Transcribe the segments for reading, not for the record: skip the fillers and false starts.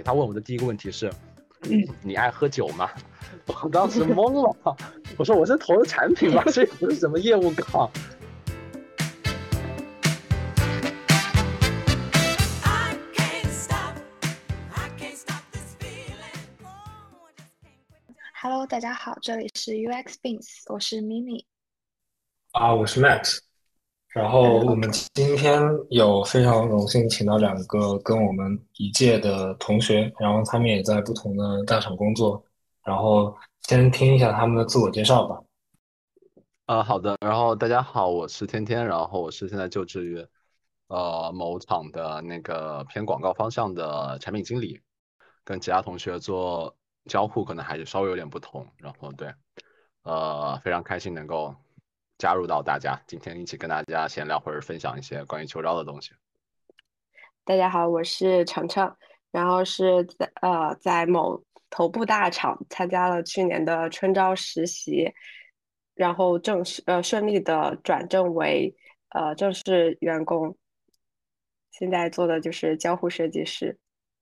他问我的第一个问题是，你爱喝酒吗？我当时懵了，我说我是投的产品吧，这也不是什么业务岗。 Hello，大家好，这里是 UX Beans，我是 Mimi。 我是 Max。然后我们 OK， 今天有非常荣幸请到两个跟我们一届的同学，然后他们也在不同的大厂工作。然后先听一下他们的自我介绍吧。 好的，然后大家好，我是天天，然后我是现在就职于某厂的那个偏广告方向的产品经理，跟其他同学做交互可能还是稍微有点不同，然后对，非常开心能够加入到大家，今天一起跟大家闲聊或者分享一些关于秋招的东西。 大家好，我是程程，然后是在某头部大厂参加了去年的春招实习，然后顺利的转正为正式员工，现在做的就是交互设计师。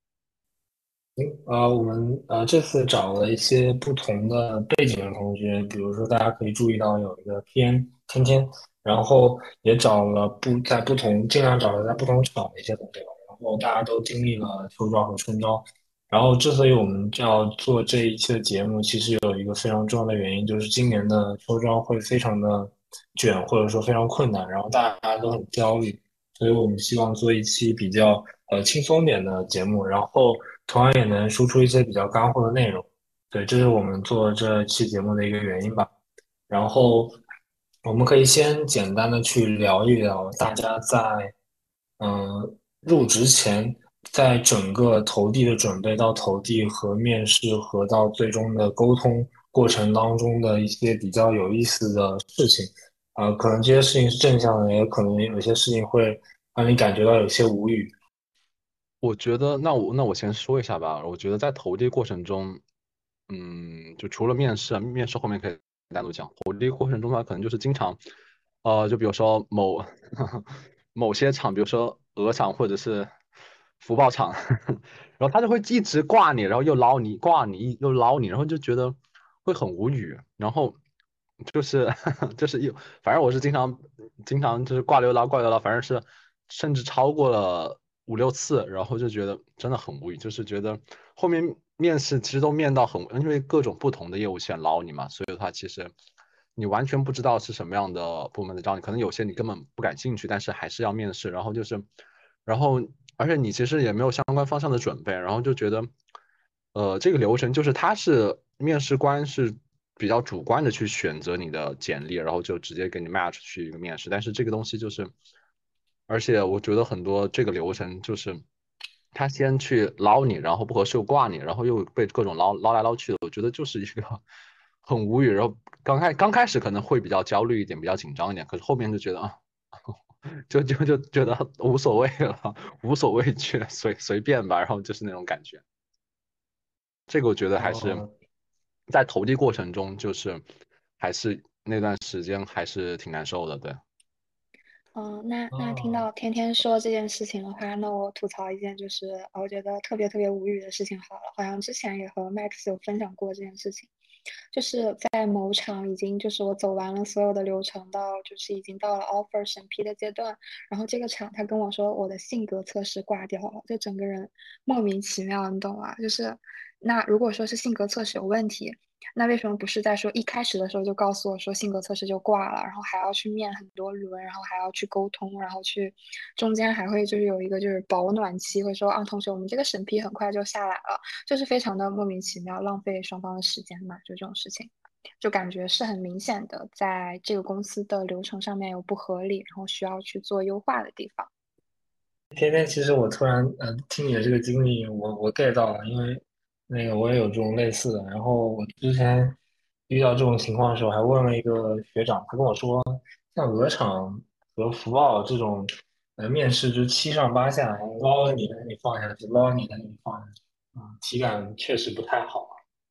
我们这次找了一些不同的背景的同学，比如说大家可以注意到有一个天天，然后也找了尽量找了在不同厂的一些同学，然后大家都经历了秋招和春招。然后之所以我们要做这一期的节目，其实有一个非常重要的原因，就是今年的秋招会非常的卷，或者说非常困难，然后大家都很焦虑，所以我们希望做一期比较轻松点的节目，然后同样也能输出一些比较干货的内容。对，这是我们做这期节目的一个原因吧。然后我们可以先简单的去聊一聊大家在入职前，在整个投递的准备到投递和面试和到最终的沟通过程当中的一些比较有意思的事情。可能这些事情是正向的，也可能有些事情会让你感觉到有些无语。 我觉得，那我先说一下吧。我觉得在投递过程中，就除了面试啊，面试后面可以单独讲。投递过程中的话，可能就是经常，就比如说某些厂，比如说鹅厂或者是福报厂，然后他就会一直挂你，然后又捞你，挂你又捞你，然后就觉得会很无语。然后就是反正我是经常就是挂溜捞挂溜捞，反正是甚至超过了5、6次，然后就觉得真的很无语，就是觉得后面面试其实都面到很，因为各种不同的业务线捞你嘛，所以的话其实你完全不知道是什么样的部门的招你，可能有些你根本不感兴趣，但是还是要面试，然后就是，然后而且你其实也没有相关方向的准备，然后就觉得，这个流程就是他是面试官是比较主观的去选择你的简历，然后就直接给你 match 去一个面试。但是这个东西就是，而且我觉得很多这个流程就是他先去捞你，然后不合适又挂你，然后又被各种捞来捞去的，我觉得就是一个很无语。然后刚开始可能会比较焦虑一点，比较紧张一点，可是后面就觉得啊，就觉得无所谓了，无所畏惧，随便吧，然后就是那种感觉。这个我觉得还是呃， 在投递过程中，就是还是那段时间还是挺难受的，对。 那听哦， 到天天说这件事情的话，那我吐槽一件就是我觉得特别特别无语的事情好了，好像之前也和 Max 有分享过这件事情，就是在某场已经就是我走完了所有的流程到就是已经到了 offer 审批的阶段，然后这个场他跟我说我的性格测试挂掉了，就整个人莫名其妙，你懂吗？就是那如果说是性格测试有问题。那为什么不是在说一开始的时候就告诉我说性格测试就挂了，然后还要去面很多轮，然后还要去沟通，然后去中间还会就是有一个就是保暖期，会说啊同学我们这个审批很快就下来了，就是非常的莫名其妙，浪费双方的时间嘛，就这种事情，就感觉是很明显的在这个公司的流程上面有不合理，然后需要去做优化的地方。 天天，其实我突然听你的这个经历，我 get 到了，因为那个我也有这种类似的。然后我之前遇到这种情况的时候，还问了一个学长，他跟我说，像鹅厂和福报这种面试就七上八下，捞了你的你放下去，捞了你的你放下去，体感确实不太好。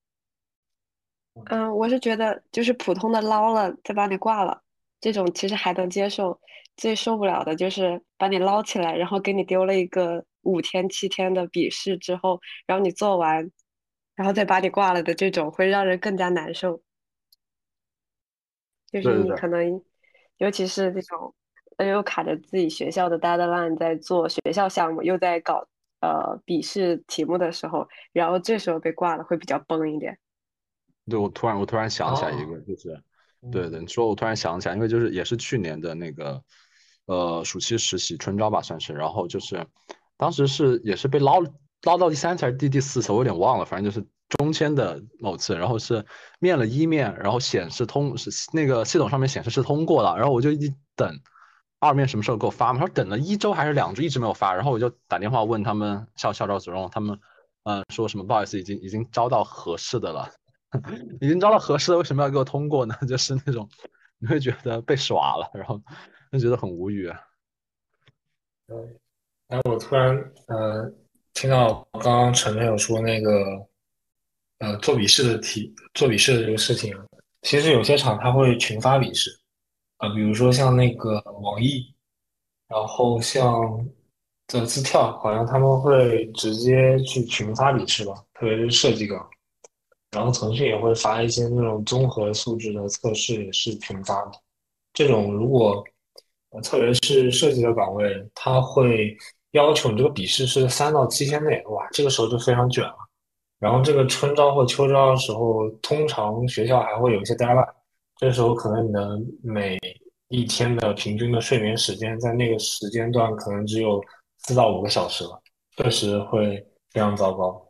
我是觉得就是普通的捞了再把你挂了，这种其实还能接受，最受不了的就是把你捞起来，然后给你丢了一个 5天7天的笔试之后，然后你做完，然后再把你挂了的这种，会让人更加难受。就是对对对， 你可能，尤其是这种，又卡着自己学校的 deadline 在做学校项目，又在搞笔试题目的时候，然后这时候被挂了会比较崩一点。 对，我突然想起来一哦， 个，就是对嗯， 对，你说我突然想起来，因为就是也是去年的那个暑期实习春招吧算是，然后就是当时也是被捞到第3次还是第4次，我有点忘了，反正就是中签的某次，然后是面了1面，然后显示是那个系统上面显示是通过了，然后我就一直等2面什么时候给我发嘛，他说等了1周还是2周一直没有发，然后我就打电话问他们校招组，然后他们说什么不好意思，已经招到合适的了。已经招到合适的，为什么要给我通过呢？就是那种你会觉得被耍了，然后就觉得很无语啊。 对。哎，我突然听到刚刚陈晨有说那个做笔试的这个事情，其实有些厂它会群发笔试比如说像那个网易，然后像字跳，好像他们会直接去群发笔试吧，特别是设计岗。然后腾讯也会发一些那种综合素质的测试，也是群发的。这种如果特别是设计的岗位，它会要求你这个笔试是3到7天内，哇，这个时候就非常卷了。然后这个春招或秋招的时候，通常学校还会有一些 deadline，这时候可能你的每一天的平均的睡眠时间，在那个时间段可能只有4到5个小时了，确实会非常糟糕。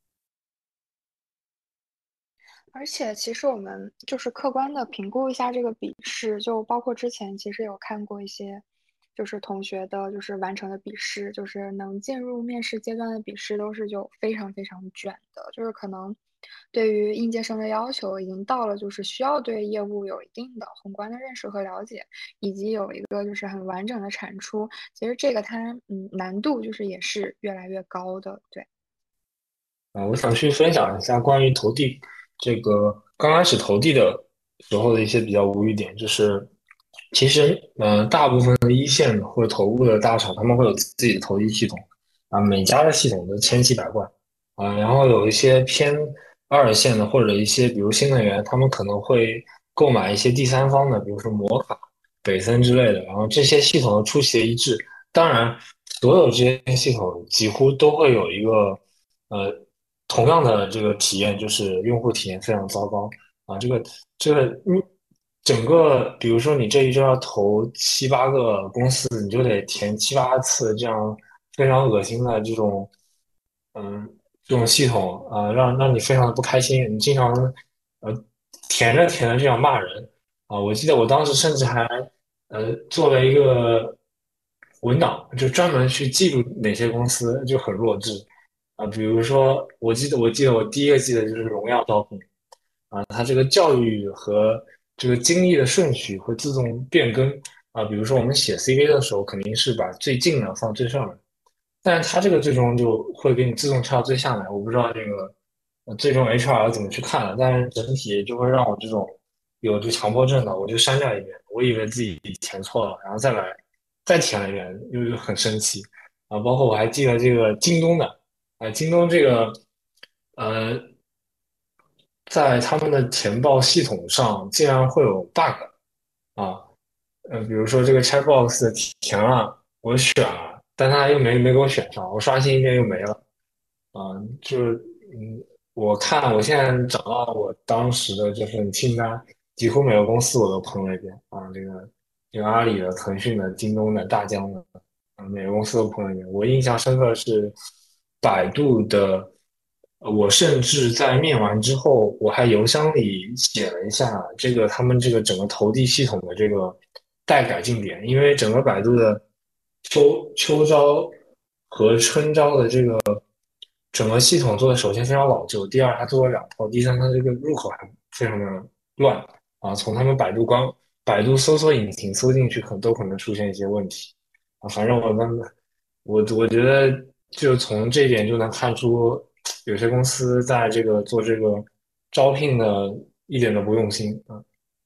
而且其实我们就是客观的评估一下这个笔试，就包括之前其实有看过一些，就是同学的，就是完成的笔试，就是能进入面试阶段的笔试都是就非常非常卷的，就是可能对于应届生的要求已经到了，就是需要对业务有一定的宏观的认识和了解，以及有一个就是很完整的产出。其实这个它难度就是也是越来越高的，对。 我想去分享一下关于投递这个刚开始投递的时候的一些比较无语点，就是其实大部分的一线或者头部的大厂，他们会有自己的投递系统每家的系统都千奇百怪然后有一些偏2线的或者一些比如新能源，他们可能会购买一些第三方的，比如说摩卡、北森之类的，然后这些系统的出奇一致。当然，所有这些系统几乎都会有一个呃同样的这个体验，就是用户体验非常糟糕这个整个比如说你这一周要投7、8个公司，你就得填7、8次这样非常恶心的嗯这种系统让你非常的不开心，你经常呃填着填着这样骂人我记得我当时甚至还做了一个文档，就专门去记录哪些公司就很弱智比如说我记得我第一个记得就是荣耀招聘它这个教育和这个精力的顺序会自动变更比如说我们写 CV 的时候肯定是把最近的放最上面，但是它这个最终就会给你自动跳最下来，我不知道这个最终 HR 怎么去看了，但是整体就会让我这种有这强迫症的，我就删掉一遍，我以为自己填错了，然后再填了一遍，又很生气包括我还记得这个京东的京东这个呃，在他们的填报系统上竟然会有 bug 啊，比如说这个 checkbox 填了，我选了，但他又没给我选上，我刷新一遍又没了就是我看我现在找到我当时的这份清单，几乎每个公司我都碰了一遍这个阿里的、腾讯的、京东的、大疆的每个公司都碰了一遍。我印象深刻的是百度的，我甚至在面完之后，我还邮箱里写了一下这个他们这个整个投递系统的这个待改进点，因为整个百度的秋招和春招的这个整个系统做的首先非常老旧，第二它做了2套，第三它这个入口还非常的乱从他们百度搜索引擎搜进去可能出现一些问题反正我觉得就从这一点就能看出，有些公司在这个做这个招聘的一点都不用心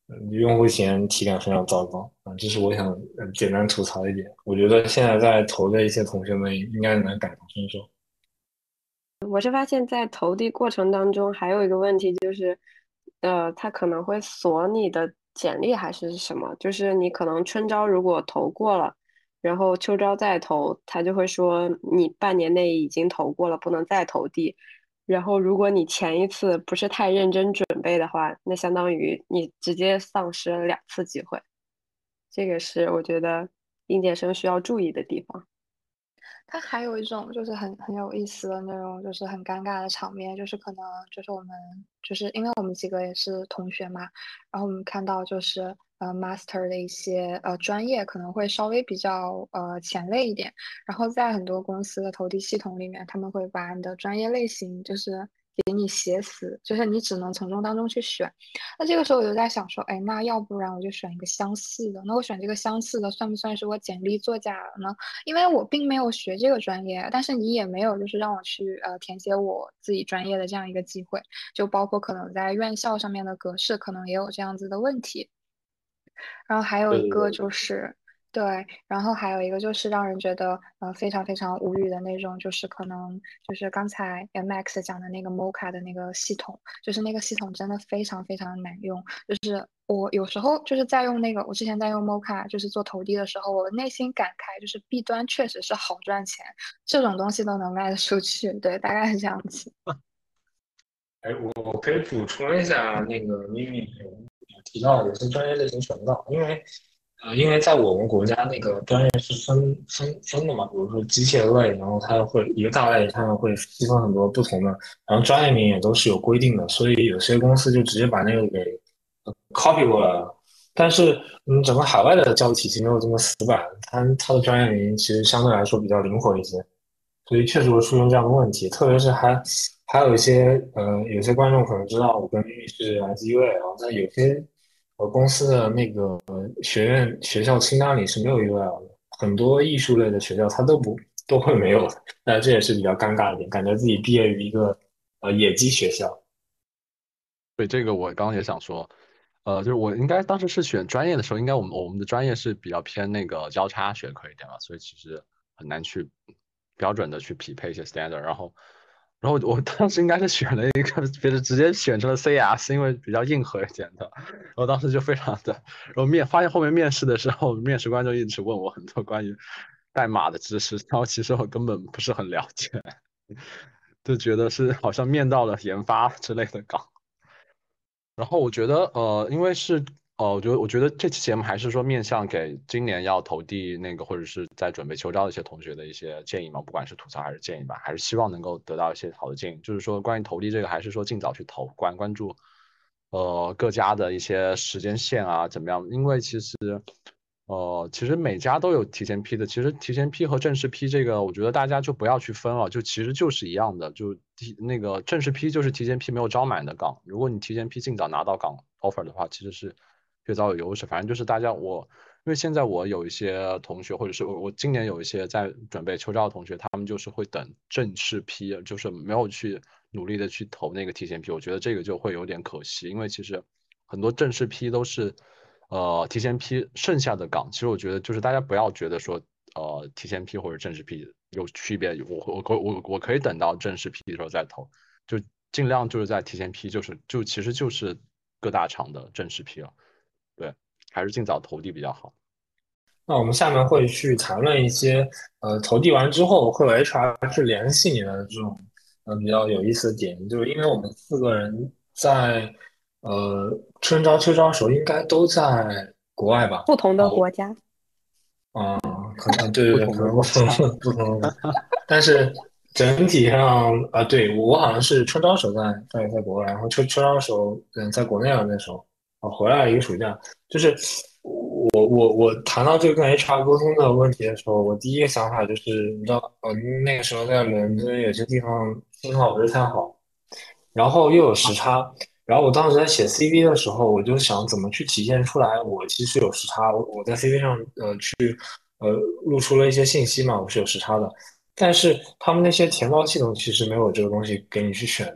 用户体验体感非常糟糕这是我想简单吐槽一点。我觉得现在在投的一些同学们应该能感同身受。 我是发现，在投递过程当中，还有一个问题就是，它可能会锁你的简历还是什么，就是你可能春招如果投过了，然后秋招再投，他就会说你半年内已经投过了，不能再投递。然后如果你前一次不是太认真准备的话，那相当于你直接丧失了2次机会。这个是我觉得应届生需要注意的地方。 它还有一种就是很有意思的那种，就是很尴尬的场面，就是可能就是我们就是因为我们几个也是同学嘛，然后我们看到就是master 的一些专业可能会稍微比较前类一点，然后在很多公司的投递系统里面，他们会把你的专业类型就是给你写死，就是你只能从中当中去选。那这个时候我就在想说，哎，那要不然我就选一个相似的，那我选这个相似的算不算是我简历作假了呢？因为我并没有学这个专业，但是你也没有就是让我去填写我自己专业的这样一个机会，就包括可能在院校上面的格式可能也有这样子的问题。然后还有对一个对对， 就是对，然后还有一个就是让人觉得非常非常无语的那种，就是可能就是刚才 Max 讲的那个 Mocha 的那个系统，就是那个系统真的非常非常难用。就是我有时候就是在用那个，我之前在用 Mocha 就是做投递的时候，我内心感慨就是 B 端确实是好赚钱，这种东西都能卖得出去，对，大概是这样子。 哎，我可以补充一下那个咪咪提到有些专业类型选不到，因为在我们国家那个专业是分的嘛，比如说机械类，然后它会一个大类，它会细分很多不同的，然后专业名也都是有规定的，所以有些公司就直接把那个给copy 过来了。但是，整个海外的教育体系没有这么死板，它的专业名其实相对来说比较灵活一些。所以确实会出现这样的问题，特别是还有一些有些观众可能知道我跟秘密是来自 UAL，但有些公司的那个学校清单里是没有 UAL 的，很多艺术类的学校它都会没有的，那这也是比较尴尬一点，感觉自己毕业于一个野鸡学校。 对这个我刚刚也想说，就是我应该当时是选专业的时候，应该我们的专业是比较偏那个交叉学科一点吧，所以其实很难去标准的去匹配一些 standard。然后我当时应该是选了一个，别的直接选成了 CS，因为比较硬核一点的。然后当时就非常的，然后发现后面面试的时候，面试官就一直问我很多关于代码的知识，然后其实我根本不是很了解，就觉得是好像面到了研发之类的岗。然后我觉得，因为是，我觉得这期节目还是说面向给今年要投递那个或者是在准备秋招的一些同学的一些建议嘛，不管是吐槽还是建议吧，还是希望能够得到一些好的建议。就是说关于投递这个，还是说尽早去投，关注，各家的一些时间线啊怎么样？因为其实每家都有提前批的，其实提前批和正式批这个，我觉得大家就不要去分了，就其实就是一样的，就那个正式批就是提前批没有招满的岗，如果你提前批尽早拿到岗 offer 的话，其实是越早有优势。反正就是大家因为现在我有一些同学，或者是我今年有一些在准备秋招的同学，他们就是会等正式批，就是没有去努力的去投那个提前批，我觉得这个就会有点可惜，因为其实很多正式批都是提前批剩下的岗，其实我觉得就是大家不要觉得说提前批或者正式批有区别，我可以等到正式批的时候再投，就尽量就是在提前批，其实就是各大厂的正式批了，对，还是尽早投递比较好。 那我们下面会去谈论一些，投递完之后会有 HR 去联系你的这种，比较有意思的点，就是因为我们4个人在，春招、秋招的时候应该都在国外吧？ 不同啊， 的国家。 可能对对对， 不同可能的国家， 不同的，但是整体上对我好像是春招的时候在国外，然后秋招的时候在国内了那时候回来了一个暑假，就是我谈到这个跟 HR 沟通的问题的时候，我第一个想法就是你知道那个时候在伦敦有些地方信号不是太好，然后又有时差，然后我当时在写 CV 的时候，我就想怎么去体现出来我其实有时差，我在 CV 上呃露出了一些信息嘛，我是有时差的，但是他们那些填报系统其实没有这个东西给你去选的，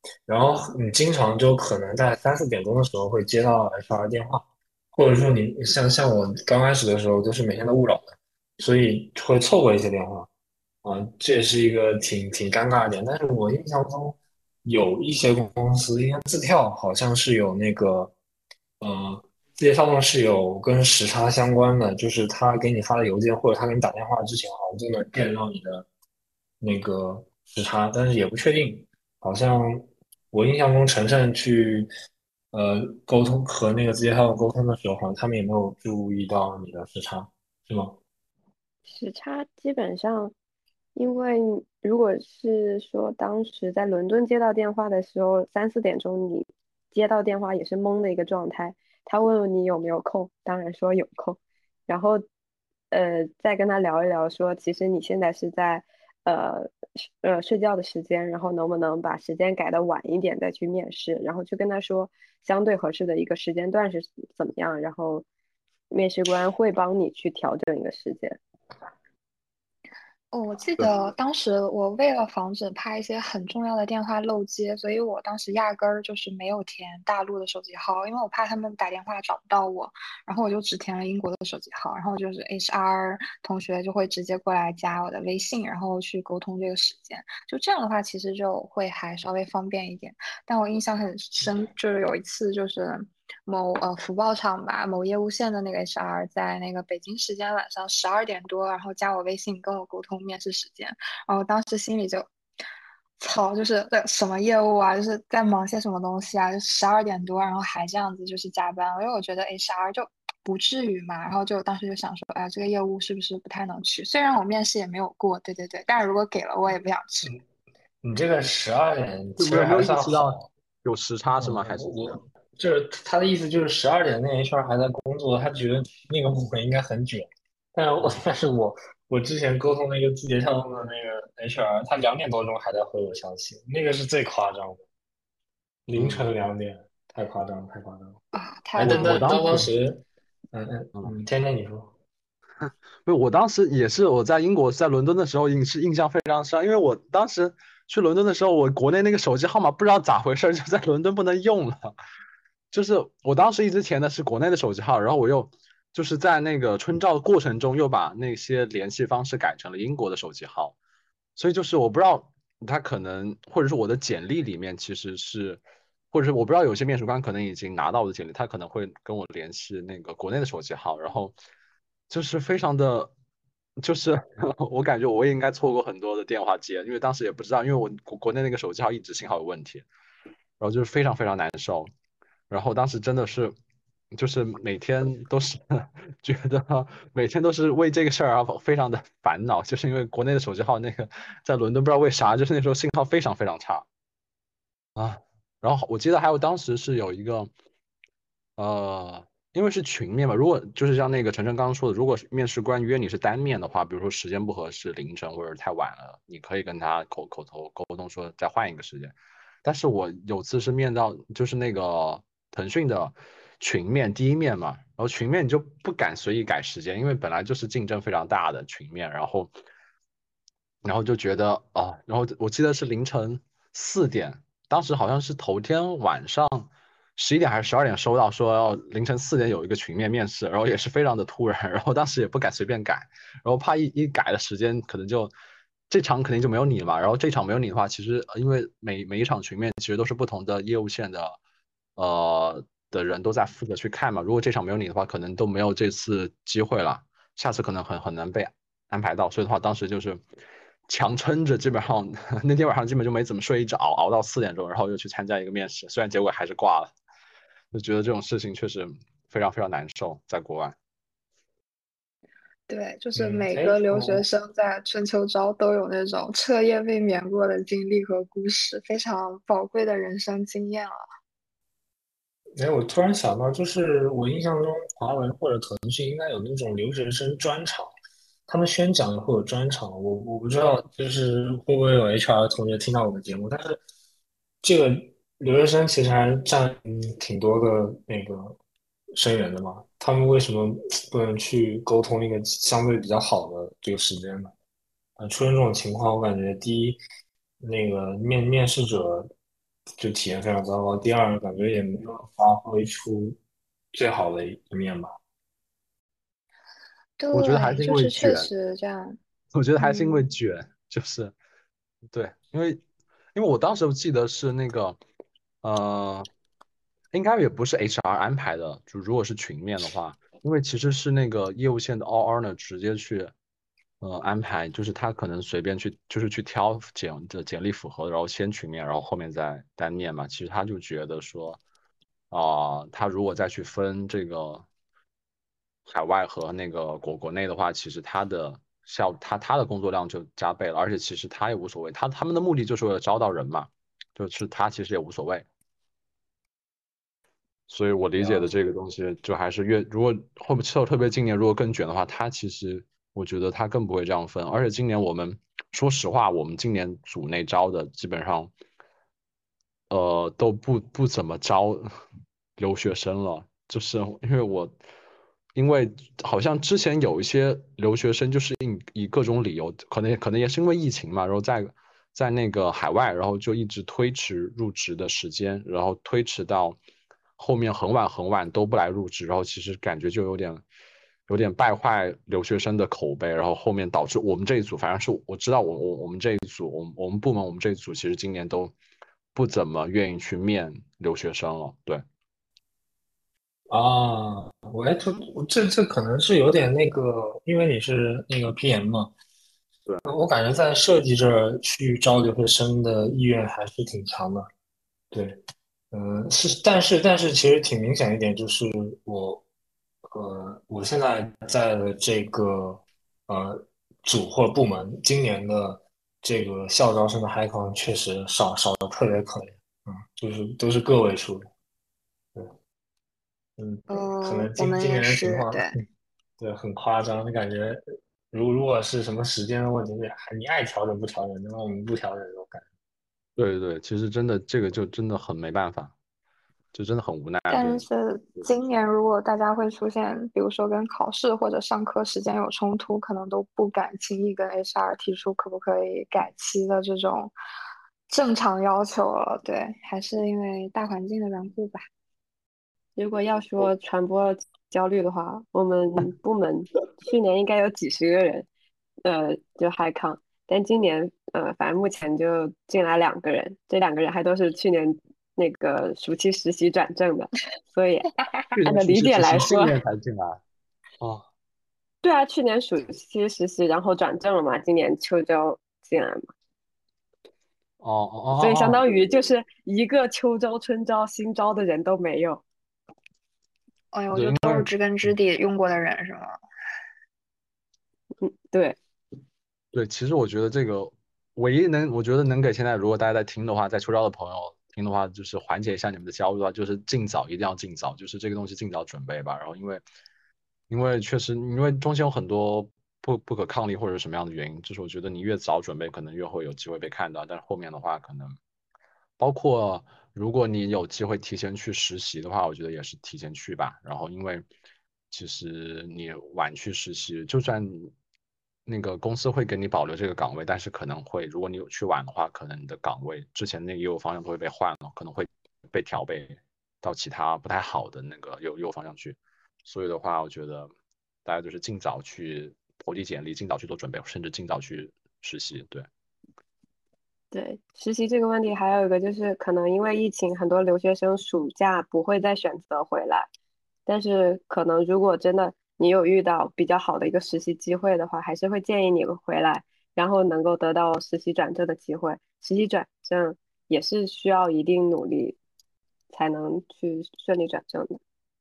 然后你经常就可能在3、4点钟的时候会接到 HR 电话，或者说你像我刚开始的时候都是每天都勿扰的，所以会错过一些电话这也是一个挺尴尬的点。但是我印象中有一些公司，应该字跳好像是有那个字节跳动是有跟时差相关的，就是他给你发的邮件或者他给你打电话之前，好像就能 get 到你的那个时差，但是也不确定。好像我印象中，晨晨去沟通和那个字节跳动沟通的时候，好像他们也没有注意到你的时差，是吗？ 时差基本上，因为如果是说当时在伦敦接到电话的时候，3、4点钟你接到电话也是懵的一个状态。他问问你有没有空，当然说有空，然后再跟他聊一聊，说其实你现在是在睡觉的时间，然后能不能把时间改的晚一点再去面试，然后去跟他说相对合适的一个时间段是怎么样，然后面试官会帮你去调整一个时间。 哦，我记对， 得当时我为了防止怕一些很重要的电话漏接，所以我当时压根儿就是没有填大陆的手机号，因为我怕他们打电话找不到我，然后我就只填了英国的手机号，然后就是 HR 同学就会直接过来加我的微信，然后去沟通这个时间，就这样的话其实就会还稍微方便一点。但我印象很深，就是有一次就是某福报厂吧，某业务线的那个 HR 在那个北京时间晚上12点多，然后加我微信跟我沟通面试时间，然后当时心里就，操，就是什么业务啊，就是在忙些什么东西啊，就12点多，然后还这样子就是加班，因为我觉得 HR 就不至于嘛，然后就当时就想说，哎呀，这个业务是不是不太能去？虽然我面试也没有过，对对对，但是如果给了我也不想去。 你这个12点就没有其实还算意识到好。 有时差是吗？还是怎样？ 我就是他的意思，就是12点那 HR 还在工作，他觉得那个部分应该很卷。但是我之前沟通那个字节跳动的那个 HR，他2点多钟还在回我消息，那个是最夸张的，凌晨嗯， 2点，太夸张了，太夸张了。 啊，太哎， 我忙了。 但但当我当时， 当时， 嗯， 天天你说。 不，我当时也是我在英国在伦敦的时候印象非常深，因为我当时去伦敦的时候，我国内那个手机号码不知道咋回事，就在伦敦不能用了。就是我当时一直填的是国内的手机号，然后我又就是在那个春照的过程中又把那些联系方式改成了英国的手机号，所以就是我不知道他可能或者是我的简历里面其实是，或者是我不知道有些面试官可能已经拿到我的简历，他可能会跟我联系那个国内的手机号，然后就是非常的。就是我感觉我也应该错过很多的电话接，因为当时也不知道，因为我国内那个手机号一直信号有问题，然后就是非常非常难受。然后当时真的是，就是每天都是觉得每天都是为这个事儿而非常的烦恼，就是因为国内的手机号那个在伦敦不知道为啥，就是那时候信号非常非常差啊。然后我记得还有当时是有一个因为是群面嘛，如果就是像那个晨晨刚刚说的，如果是面试官约你是单面的话，比如说时间不合适，凌晨或者太晚了，你可以跟他口头沟通说再换一个时间。但是我有次是面到就是那个腾讯的群面第一面嘛，然后群面你就不敢随意改时间，因为本来就是竞争非常大的群面，然后就觉得然后我记得是凌晨4点，当时好像是头天晚上11点还是12点收到说要凌晨4点有一个群面面试，然后也是非常的突然，然后当时也不敢随便改，然后怕一改的时间可能就这场肯定就没有你了嘛，然后这场没有你的话，其实因为每一场群面其实都是不同的业务线的人都在负责去看嘛，如果这场没有你的话，可能都没有这次机会了，下次可能很难被安排到，所以的话当时就是强撑着，基本上那天晚上基本就没怎么睡，一直熬到4点钟，然后又去参加一个面试，虽然结果还是挂了，就觉得这种事情确实非常非常难受，在国外。 对，就是每哎， 个留学生在春秋招都有那种彻夜未眠过的经历和故事，非常宝贵的人生经验了。 我突然想到，就是我印象中华为或者腾讯应该有那种留学生专场，他们宣讲也会有专场。我不知道，就是会不会有 HR 同学听到我的节目，但是这个留学生其实还占挺多的那个生源的嘛，他们为什么不能去沟通一个相对比较好的这个时间呢？出现这种情况，我感觉第一，那个面试者就体验非常糟糕，第二感觉也没有发挥出最好的一面吧。 我觉得还对， 是因就是确为卷， 实这样。 我觉得还是因为嗯， 卷，就是对，因为我当时记得是那个，呃，应该也不是 HR 安排的，就如果是群面的话，因为其实是那个业务线的 OR 呢直接去安排，就是他可能随便去就是去挑简历符合的，然后先群面，然后后面再单面嘛。其实他就觉得说，他如果再去分这个海外和那个国内的话，其实他的工作量就加倍了，而且其实他也无所谓，他们的目的就是为了招到人嘛，就是他其实也无所谓。所以我理解的了这个东西，就还是如果后面特别今年如果更卷的话，他其实我觉得他更不会这样分。而且今年我们说实话，我们今年组内招的基本上都不怎么招留学生了，就是因为好像之前有一些留学生就是以各种理由，可能也是因为疫情嘛，然后在那个海外，然后就一直推迟入职的时间，然后推迟到后面很晚很晚都不来入职，然后其实感觉就有点败坏留学生的口碑，然后后面导致我们这一组，反正是我知道我们这一组，我们部门我们这一组其实今年都不怎么愿意去面留学生了，对。 啊，这可能是有点那个，因为你是那个 PM 嘛， 对。 我感觉在设计这儿去招留学生的意愿还是挺强的。对，但是其实挺明显一点，就是我我现在在的这个呃组或部门，今年的这个校招生的 HiCon 确实少的特别可怜，就是都是个位数的。对，可能我们今年的情也是， 况， 对。 对，很夸张，就感觉如果是什么时间的问题，你爱调整不调整，那么我们不调整这种感觉。 对对对，其实真的这个就真的很没办法，就真的很无奈这个但是这个东西。 今年如果大家会出现，比如说跟考试或者上课时间有冲突，可能都不敢轻易跟 HR 提出可不可以改期的这种正常要求了。对，还是因为大环境的缘故吧。 如果要说传播焦虑的话，我们部门去年应该有几十个人，就 HiCon，但今年反正目前就进来2个人，这2个人还都是去年那个暑期实习转正的，所以去年按照理暑期实习， 解来说， 今年才进来。哦对啊，去年暑期实习然后转正了嘛，今年秋招进来嘛， 哦哦所以相哦哦， 当于就是一个秋招、春招、新招的人都没有。 哎呦， 对， 就因为都是知根知底用过的人是吗？ 嗯，对。 对，其实我觉得这个我觉得能给现在如果大家在听的话，在秋招的朋友听的话，就是缓解一下你们的焦虑的话，就是尽早一定要尽早，就是这个东西尽早准备吧。然后因为确实因为中间有很多不可抗力或者是什么样的原因，就是我觉得你越早准备，可能越会有机会被看到，但是后面的话可能包括如果你有机会提前去实习的话，我觉得也是提前去吧。然后因为其实你晚去实习，就算你那个公司会给你保留这个岗位，但是可能会如果你有去晚的话，可能你的岗位之前那个业务方向都会被换了，可能会被调配到其他不太好的那个业务方向去。所以的话，我觉得大家就是尽早去投递简历，尽早去做准备，甚至尽早去实习。对。 对，实习这个问题还有一个就是，可能因为疫情，很多留学生暑假不会再选择回来。但是可能如果真的你有遇到比较好的一个实习机会的话，还是会建议你回来，然后能够得到实习转正的机会。实习转正也是需要一定努力才能去顺利转正的。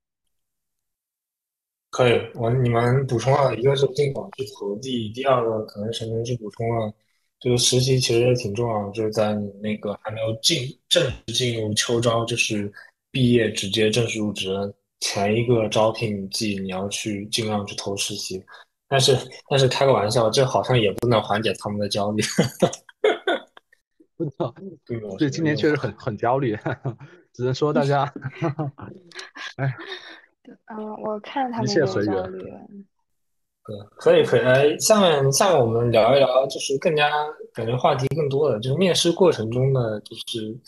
可以，你们补充了一个是尽早去投递，第二个可能沈晨是补充了这个实习其实也挺重要的，就是在你那个还没有正式进入秋招，就是毕业直接正式入职的前一个招聘季，你要去尽量去投实习。但是开个玩笑，这好像也不能缓解他们的焦虑，并没有对， 什么用。 今年确实很焦虑，只能说大家，哎， 我看他一们也有切随缘。 焦虑。 可以，哎，下面我们聊一聊，就是更加感觉话题更多的，就是面试过程中的，就是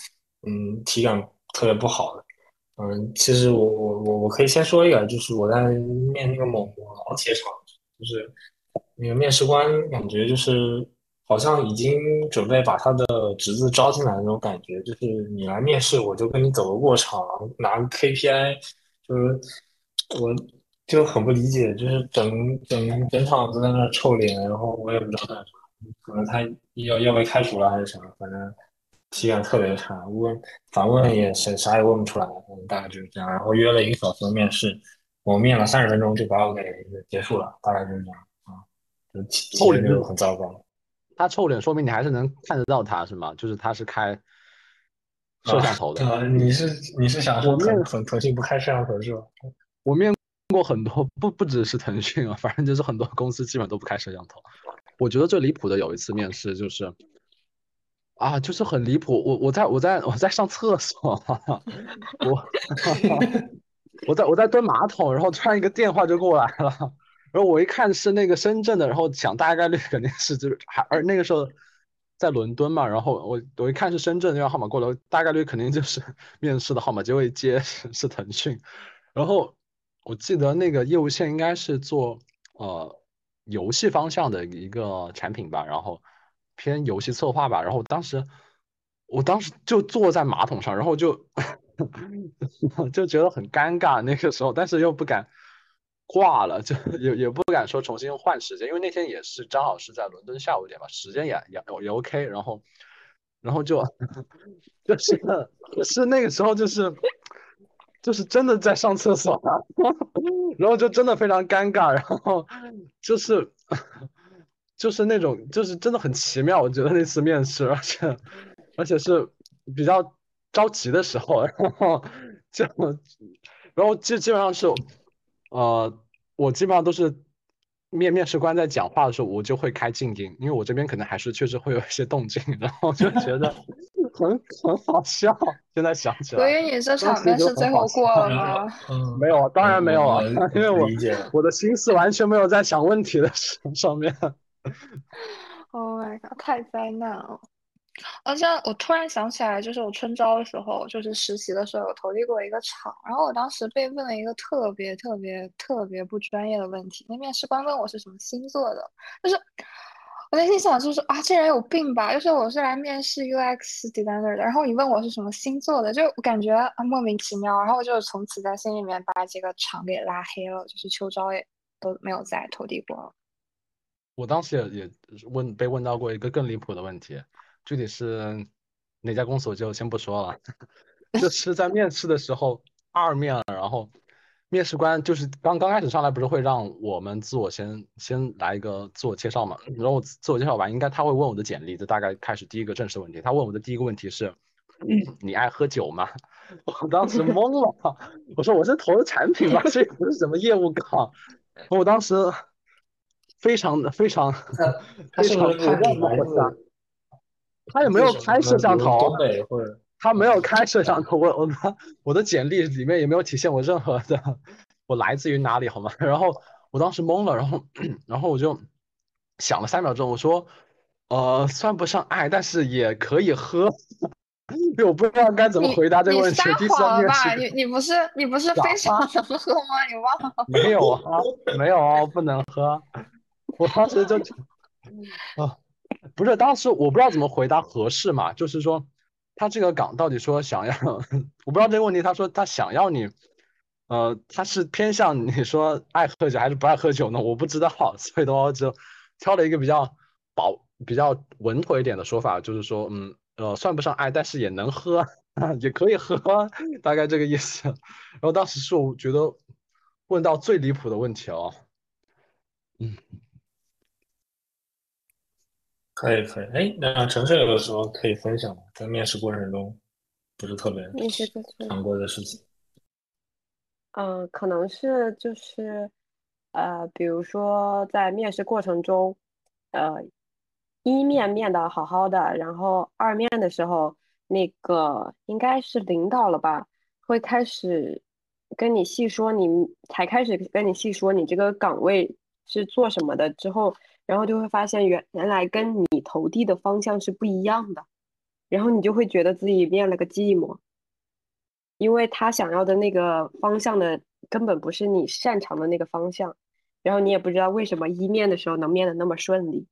体感特别不好的。其实我可以先说一个，就是我在面那个某劳铁场，就是那个面试官感觉就是好像已经准备把他的侄子招进来的那种感觉，就是你来面试我就跟你走个过场，拿个 KPI，就是我就很不理解，就是整场都在那儿臭脸，然后我也不知道干啥，可能他要被开除了还是啥，反正体感特别差，反问也啥也问不出来，大概就是这样。然后约了1个小时的面试，我面了30分钟就把我给结束了，大概就是这样啊，就体验就臭脸是很糟糕他臭脸，说明你还是能看得到他是吗？就是他是开摄啊。 像头的。 对啊，你是想说我面腾讯不开摄像头是吧？ 我面过很多，不只是腾讯啊，反正就是很多公司基本都不开摄像头。我觉得最离谱的有一次面试就是啊，就是很离谱。我在上厕所，我我在蹲马桶，然后突然一个电话就过来了，然后我一看是那个深圳的，然后想大概率肯定是就是而那个时候在伦敦嘛，然后我一看是深圳电话号码过来，大概率肯定就是面试的号码，结果一接是腾讯，然后我记得那个业务线应该是做游戏方向的一个产品吧，然后偏游戏策划吧，然后我当时就坐在马桶上，然后就就觉得很尴尬那个时候，但是又不敢挂了，就也不敢说重新换时间，因为那天也是正好是在伦敦下午点吧，时间也 OK，然后就是可是那个时候就是真的在上厕所了，然后就真的非常尴尬，然后就是就是那种就是真的很奇妙，我觉得那次面试，而且是比较着急的时候，就然后基本上是我基本上都是面试官在讲话的时候，我就会开静音，因为我这边可能还是确实会有一些动静，然后就觉得很好笑，现在想起来。 所以你这当时就场面试最很好笑。 后过了然后吗？ 没有啊，当然没有啊，因为我理解了。 我的心思完全没有在想问题的上面。 Oh my god，太灾难了！而且我突然想起来，就是我春招的时候，就是实习的时候，有投递过一个厂，然后我当时被问了一个特别特别特别不专业的问题。那面试官问我是什么星座的，就是我内心想就是啊，这人有病吧？就是我是来面试 UX designer 的，然后你问我是什么星座的，就我感觉啊莫名其妙，然后就从此在心里面把这个厂给拉黑了，就是秋招也都没有再投递过了。 我当时也被问到过一个更离谱的问题，具体是哪家公司我就先不说了。就是在面试的时候二面了，然后面试官就是刚开始上来不是会让我们自我先来一个自我介绍嘛，然后自我介绍完，应该他会问我的简历，这大概开始第一个正式问题。他问我的第一个问题是，你爱喝酒吗？我当时懵了，我说我是投的产品吧，这也不是什么业务岗。我当时非常他他非常， 是不是我不知道看你来怎么回答。 自他也没有什么呢？ 开摄比如像头， 东北或者他没有开摄像头，我的简历里面也没有体现我任何的我来自于哪里，好吗？然后我当时懵了，然后我就想了3秒钟，我说算不上爱，但是也可以喝，因为我不知道该怎么回答这个问题， 你撒第一次在谎了吧？ 面试你不是非常咋了？ 能喝吗？你忘了？ 没有啊，没有啊，我不能喝，我当时就啊。不是，当时我不知道怎么回答合适嘛，就是说他这个岗到底说想要，我不知道这个问题，他说他想要你，他是偏向你说爱喝酒还是不爱喝酒呢？我不知道，所以的话我就挑了一个比较稳妥一点的说法，就是说，算不上爱，但是也能喝，也可以喝，大概这个意思。然后当时是我觉得问到最离谱的问题哦，嗯。 可以。哎，那陈胜有的时候可以分享吗？在面试过程中不是特别面试过程， 常规的事情。 可能是就是比如说在面试过程中，呃，一面面的好好的，然后二面的时候，那个应该是领导了吧，会开始跟你细说你，才开始跟你细说你这个岗位是做什么的之后，然后就会发现原来跟你投递的方向是不一样的。 然后你就会觉得自己变了个寂寞，因为他想要的那个方向的根本不是你擅长的那个方向，然后你也不知道为什么一面的时候能面的那么顺利。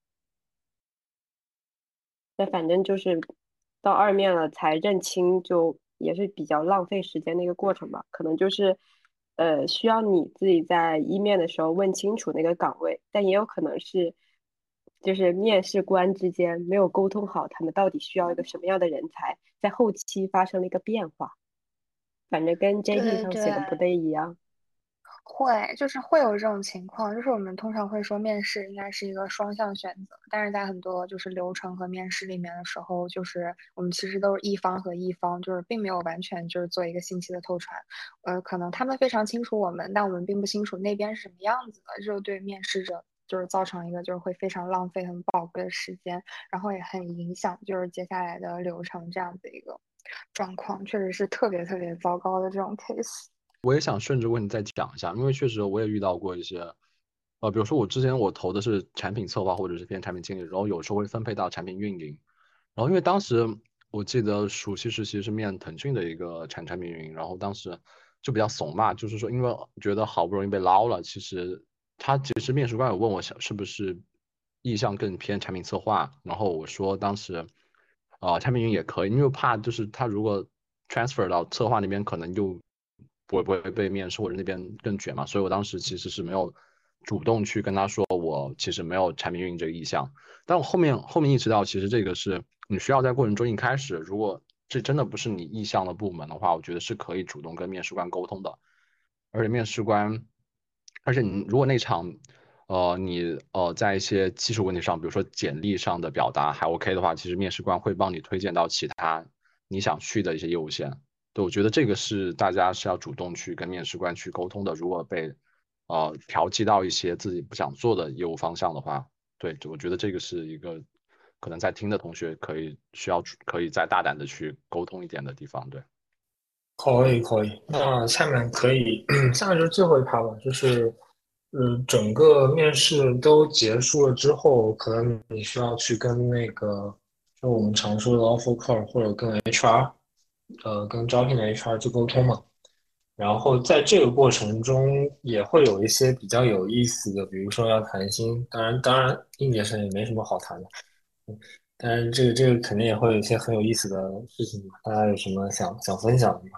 但反正就是到二面了才认清，就也是比较浪费时间的一个过程吧。可能就是需要你自己在一面的时候问清楚那个岗位，但也有可能是就是面试官之间没有沟通好，他们到底需要一个什么样的人才，在后期发生了一个变化。反正跟 JD 对对， 上写的不太一样。 就是会有这种情况，就是我们通常会说面试应该是一个双向选择，但是在很多就是流程和面试里面的时候，就是我们其实都是一方和一方，就是并没有完全就是做一个信息的透传，可能他们非常清楚我们，但我们并不清楚那边是什么样子的，这就对面试者就是造成一个就是会非常浪费很宝贵的时间，然后也很影响就是接下来的流程这样的一个状况，确实是特别特别糟糕的这种 case。 我也想顺着问你再讲一下，因为确实我也遇到过一些，比如说我之前我投的是产品策划或者是偏产品经理，然后有时候会分配到产品运营，然后因为当时我记得暑期实习是面腾讯的一个产品运营，然后当时就比较怂嘛，就是说因为觉得好不容易被捞了，其实面试官有问我想是不是意向更偏产品策划，然后我说当时产品运营也可以，因为怕就是他如果 transfer 到策划那边，可能就不会被面试或者那边更卷嘛，所以我当时其实是没有主动去跟他说我其实没有产品运营这个意向。但我后面意识到，其实这个是你需要在过程中一开始，如果这真的不是你意向的部门的话，我觉得是可以主动跟面试官沟通的。而且面试官，而且你如果那场，你在一些技术问题上，比如说简历上的表达还 OK 的话，其实面试官会帮你推荐到其他你想去的一些业务线。对，我觉得这个是大家是要主动去跟面试官去沟通的。如果被调剂到一些自己不想做的业务方向的话，对，我觉得这个是一个可能在听的同学可以再大胆的去沟通一点的地方。对， 可以可以，那下面可以，下面就是最后一趴了，就是，整个面试都结束了之后，可能你需要去跟那个，就我们常说的 offer call 或者跟 HR，跟招聘的 HR 去沟通嘛。然后在这个过程中也会有一些比较有意思的，比如说要谈薪，当然应届生也没什么好谈的，但是这个肯定也会有一些很有意思的事情嘛，大家有什么想分享的吗？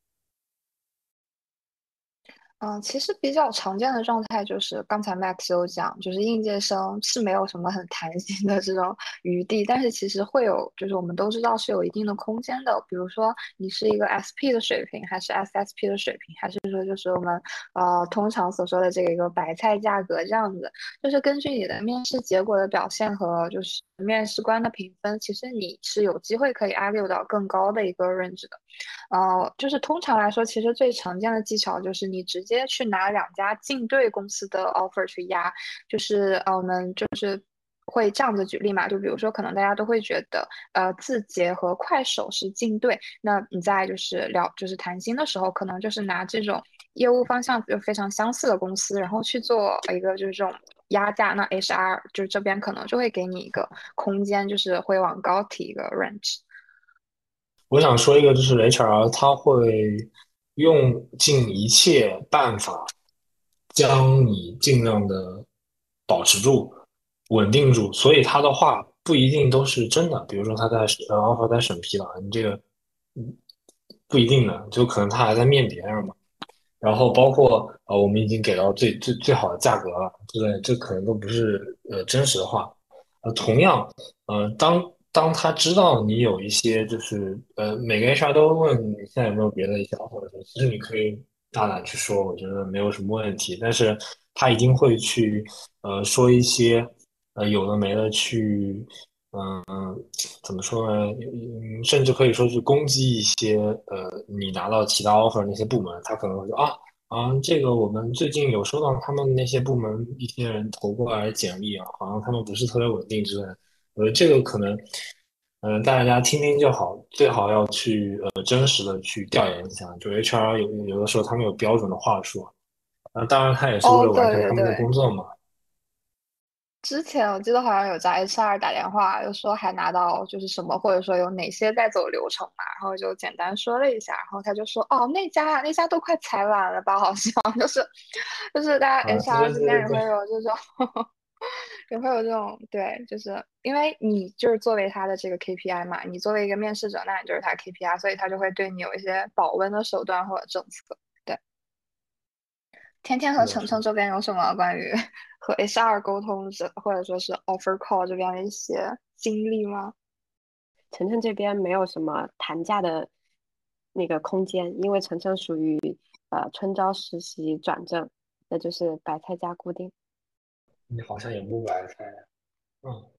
其实比较常见的状态就是刚才 Max 有讲，就是应届生是没有什么很弹性的这种余地，但是其实会有，就是我们都知道是有一定的空间的。比如说你是一个 SP 的水平，还是 SSP 的水平，还是说就是我们通常所说的这个一个白菜价格这样子，就是根据你的面试结果的表现和就是面试官的评分，其实你是有机会可以 argue 到更高的一个 range 的。就是通常来说，其实最常见的技巧就是你直接去拿两家竞对公司的 offer 去压，就是我们就是会这样子举例嘛，就比如说可能大家都会觉得字节和快手是竞对，那你在就是就是谈薪的时候，可能就是拿这种业务方向就非常相似的公司，然后去做一个就是这种压价，那 HR 就这边可能就会给你一个空间，就是会往高提一个 range。 我想说一个，就是 HR 他会用尽一切办法将你尽量的保持住、稳定住，所以他的话不一定都是真的。比如说他在offer 在审批了，你这个嗯不一定的，就可能他还在面别人嘛。然后包括我们已经给到最好的价格了，对不对？这可能都不是真实的话。同样，当他知道你有一些就是每个 HR 都会问你现在有没有别的一些 offer 的时候，其实你可以大胆去说，我觉得没有什么问题。但是他一定会去说一些有的没的去嗯。怎么说呢？甚至可以说是攻击一些你拿到其他 offer 那些部门，他可能会说这个我们最近有收到他们那些部门一些人投过来的简历啊，好像他们不是特别稳定之类的。我觉得这个可能大家听听就好，最好要去真实的去调研一下。就 HR 有的时候他们有标准的话术，当然他也是为哦， 了完成他们的对对对。 工作嘛。 之前我记得好像有家 HR 打电话，又说还拿到就是什么，或者说有哪些在走流程嘛，然后就简单说了一下，然后他就说哦那家都快裁完了吧，好像就是大家啊，对 HR 之间也会对对对， 有这种也会有这种对，就是因为你就是作为他的这个 KPI 嘛，你作为一个面试者，那你就是他 KPI，所以他就会对你有一些保温的手段或者政策。对，天天和是的，是的。 程程这边有什么关于和 HR 沟通者或者说是 offer call 这边的一些经历吗？ 晨晨这边没有什么谈价的那个空间，因为晨晨属于春招实习转正，那就是白菜价固定。 你好像也不白菜，嗯，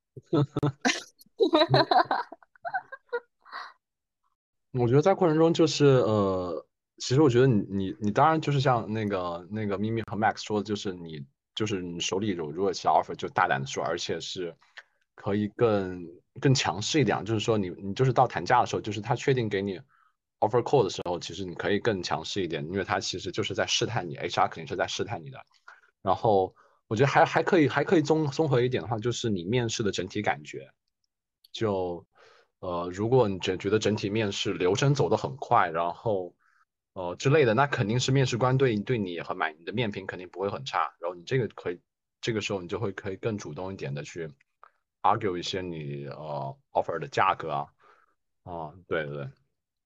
我觉得在过程中就是其实我觉得你当然就是像那个咪咪和 Max 说的，就是你手里如果是 offer 就大胆的说，而且是可以更强势一点，就是说你就是到谈价的时候，就是他确定给你 offer call 的时候，其实你可以更强势一点，因为他其实就是在试探你，HR 肯定是在试探你的。然后我觉得还可以综合一点的话，就是你面试的整体感觉。就如果你觉得整体面试流程走得很快，然后之类的，那肯定是面试官对你很满意，你的面评肯定不会很差。然后你这个可以，这个时候你就会可以更主动一点的去 argue 一些你offer 的价格啊，对对对。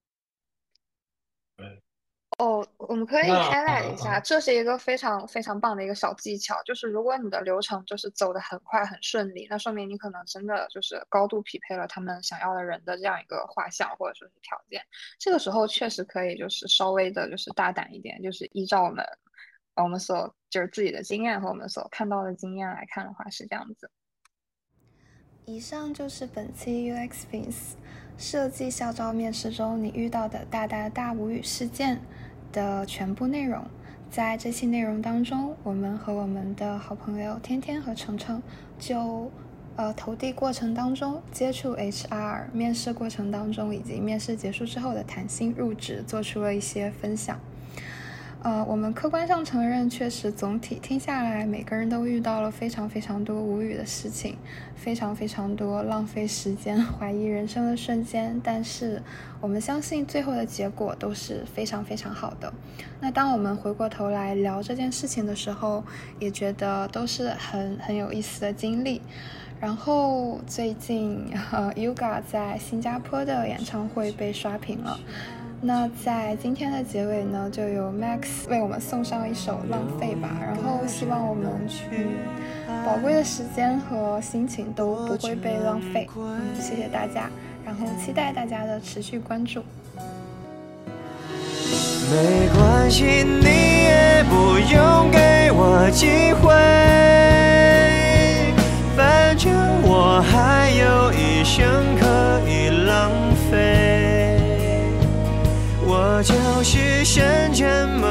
对。 哦，我们可以那 highlight 一下，这是一个非常非常棒的一个小技巧，就是如果你的流程就是走得很快很顺利，那说明你可能真的就是高度匹配了他们想要的人的这样一个画像或者说是条件。这个时候确实可以就是稍微的就是大胆一点，就是依照我们所就是自己的经验和我们所看到的经验来看的话是这样子。以上就是本期 UX Fins 设计校招面试中你遇到的大无语事件的全部内容。在这期内容当中，我们和我们的好朋友天天和程程就投递过程当中接触 HR 面试过程当中以及面试结束之后的谈薪入职做出了一些分享。我们客观上承认，确实总体听下来，每个人都遇到了非常非常多无语的事情，非常非常多浪费时间、怀疑人生的瞬间。但是，我们相信最后的结果都是非常非常好的。那当我们回过头来聊这件事情的时候，也觉得都是很有意思的经历。然后最近Yuga 在新加坡的演唱会被刷屏了。那在今天的结尾呢，就由 Max 为我们送上一首《浪费》吧。然后希望我们宝贵的时间和心情都不会被浪费。谢谢大家，然后期待大家的持续关注。 没关系，你也不用给我机会，反正我还有一生可以浪费。我就是深圳。